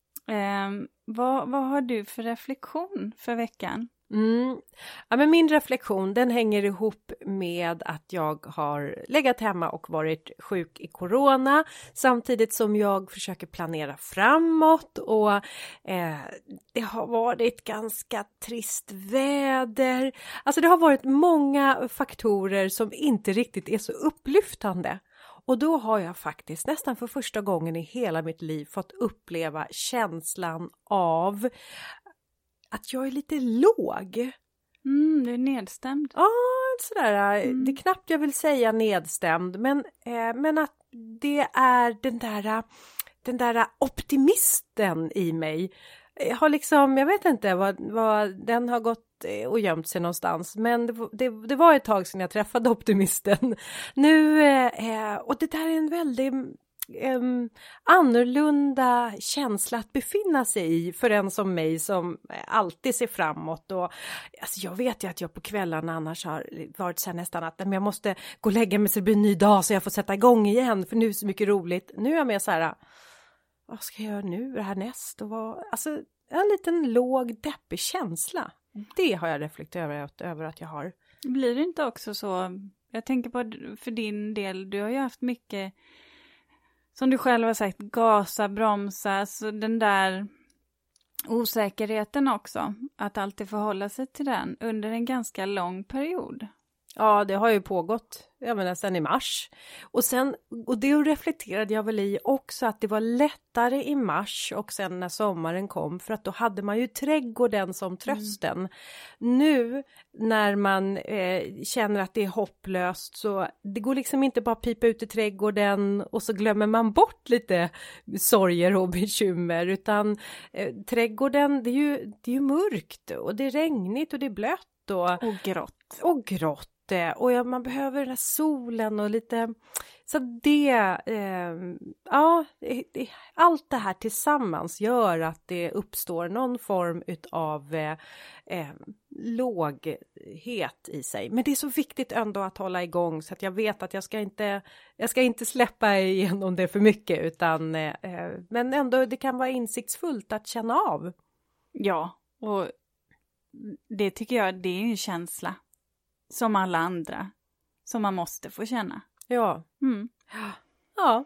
vad har du för reflektion för veckan? Ja, men min reflektion den hänger ihop med att jag har legat hemma och varit sjuk i corona samtidigt som jag försöker planera framåt och det har varit ganska trist väder. Alltså det har varit många faktorer som inte riktigt är så upplyftande. Och då har jag faktiskt nästan för första gången i hela mitt liv fått uppleva känslan av att jag är lite låg. Du är nedstämd. Ja, sådär. Det är knappt jag vill säga nedstämd. Men att det är den där optimisten i mig. Har liksom, jag vet inte vad den har gått och gömt sig någonstans. Men det var ett tag sedan jag träffade optimisten. Nu, och det där är en väldigt annorlunda känsla att befinna sig i för en som mig som alltid ser framåt och alltså jag vet ju att jag på kvällarna annars har varit så här nästan att men jag måste gå och lägga mig så det blir en ny dag så jag får sätta igång igen för nu är det så mycket roligt. Nu är jag mer så här, vad ska jag göra nu härnäst och alltså en liten låg deppig känsla. Det har jag reflekterat över att jag har. Blir det inte också så, jag tänker på för din del, du har ju haft mycket som du själv har sagt, gasa, bromsa, så den där osäkerheten också, att alltid förhålla sig till den under en ganska lång period. Ja, det har ju pågått, jag menar sedan i mars. Och det reflekterade jag väl i också att det var lättare i mars och sen när sommaren kom för att då hade man ju trädgården som trösten. Nu när man känner att det är hopplöst så det går liksom inte bara pipa ut i trädgården och så glömmer man bort lite sorger och bekymmer utan trädgården det är ju mörkt och det är regnigt och det är blött och grått. Och grått. Och man behöver den här solen och lite så allt det här tillsammans gör att det uppstår någon form av låghet i sig. Men det är så viktigt ändå att hålla igång så att jag vet att jag ska inte släppa igenom det för mycket utan men ändå det kan vara insiktsfullt att känna av. Ja, och det tycker jag det är en känsla. Som alla andra. Som man måste få känna. Ja. Ja.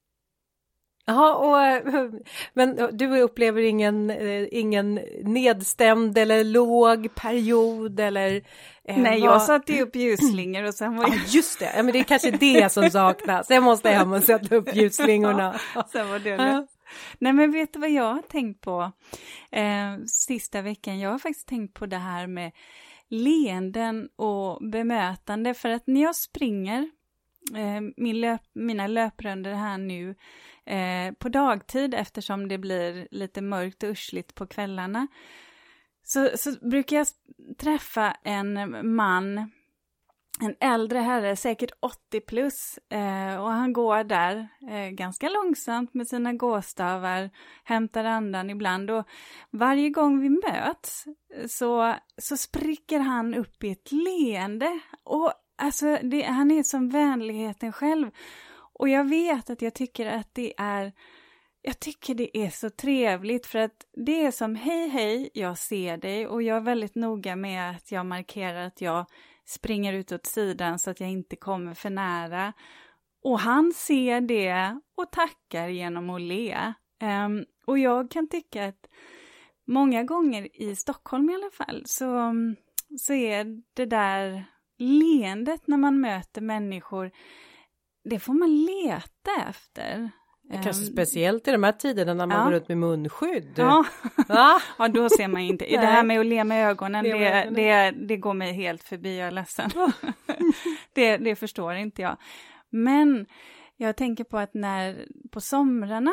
Jaha, men du upplever ingen nedstämd eller låg period eller... Nej, jag satte ju upp ljusslingor och sen var jag... just det, ja, men det är kanske det som saknas. Jag måste hem och sätta upp ljusslingorna. Sen var det lätt. Nej, men vet du vad jag har tänkt på sista veckan? Jag har faktiskt tänkt på det här med leenden och bemötande för att när jag springer mina löprundor här nu på dagtid eftersom det blir lite mörkt och ursligt på kvällarna så brukar jag träffa en man en äldre herre, säkert 80 plus, och han går där ganska långsamt med sina gåstavar, hämtar andan ibland, och varje gång vi möts så spricker han upp i ett leende, och alltså han är som vänligheten själv, och jag vet att jag tycker det är så trevligt, för att det är som hej, jag ser dig, och jag är väldigt noga med att jag markerar att jag springer ut åt sidan så att jag inte kommer för nära. Och han ser det och tackar genom att le. Och jag kan tycka att många gånger i Stockholm i alla fall så är det där leendet när man möter människor, det får man leta efter. Kanske speciellt i de här tiderna när man går ut med munskydd. Ja. Ja, då ser man inte. Det här med att le med ögonen, det går mig helt förbi, jag är ledsen. det förstår inte jag. Men jag tänker på att på somrarna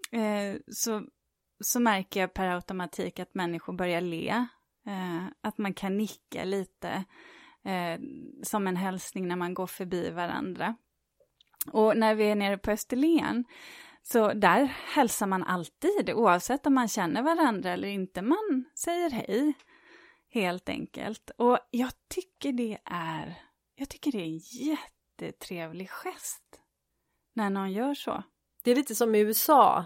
så märker jag per automatik att människor börjar le. Att man kan nicka lite som en hälsning när man går förbi varandra. Och när vi är nere på Österlen, så där hälsar man alltid, oavsett om man känner varandra eller inte. Man säger hej, helt enkelt. Och jag tycker det är en jättetrevlig gest när någon gör så. Det är lite som i USA.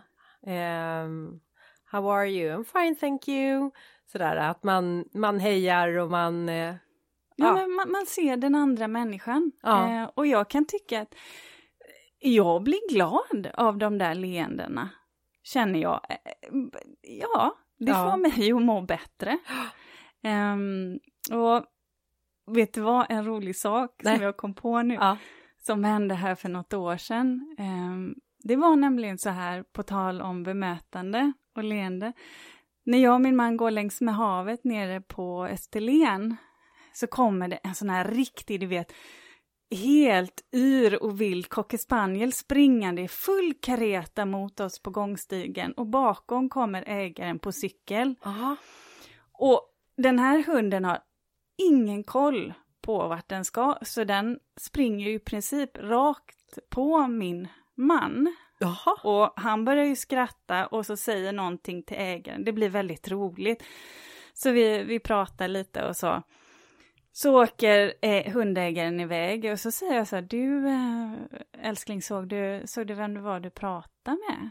How are you? I'm fine, thank you. Sådär, att man hejar och man... men man ser den andra människan. Ja. Och jag kan tycka att jag blir glad av de där leendena, känner jag. Ja, det får mig att må bättre. Och vet du vad, en rolig sak som jag kom på nu, som hände här för något år sedan. Det var nämligen så här, på tal om bemötande och leende. När jag och min man går längs med havet nere på Österlen, så kommer det en sån här riktig, du vet, helt yr och vild cocker-spaniel springande i full kareta mot oss på gångstigen, och bakom kommer ägaren på cykel. Aha. Och den här hunden har ingen koll på vart den ska, så den springer ju i princip rakt på min man. Jaha. Och han börjar ju skratta och så säger någonting till ägaren. Det blir väldigt roligt. Så vi pratar lite och så åker hundägaren iväg, och så säger jag så här: du älskling, såg du vem det var du pratade med?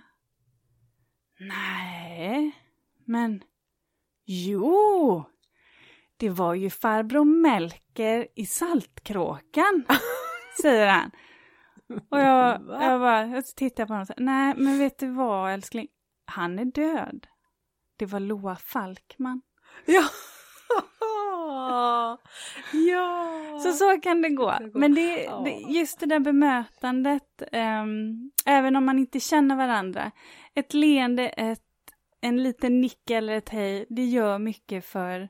Nej, men jo, det var ju farbror Melker i Saltkråkan, säger han. Och jag tittar på honom och säger: nej, men vet du vad, älskling, han är död. Det var Loa Falkman. Ja. Så kan det gå. Men det, just det där bemötandet, även om man inte känner varandra, ett leende, en liten nick eller ett hej, det gör mycket för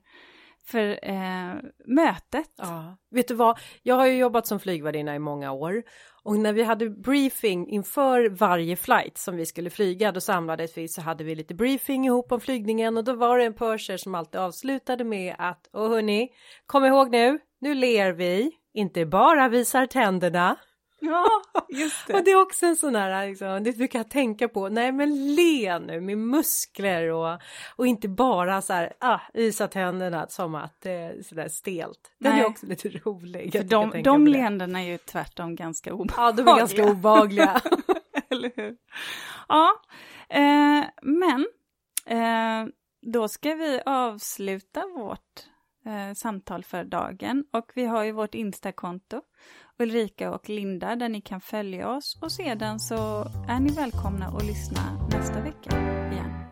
mötet. Ja. Vet du vad, jag har ju jobbat som flygvärdinna i många år, och när vi hade briefing inför varje flight som vi skulle flyga, då samlades vi, så hade vi lite briefing ihop om flygningen, och då var det en purser som alltid avslutade med att: åh hörni, kom ihåg nu ler vi, inte bara visar tänderna. Ja, just det. Och det är också en sån här, liksom, det brukar jag tänka på. Nej, men le nu med muskler och inte bara så här, visa tänderna som att det är sådär stelt. Den är också lite rolig. För de leendena är ju tvärtom ganska obehagliga. Ja, de är ganska obehagliga. Eller hur? Ja, men då ska vi avsluta vårt samtal för dagen, och vi har ju vårt Insta-konto, Ulrika och Linda, där ni kan följa oss, och sedan så är ni välkomna att lyssna nästa vecka igen.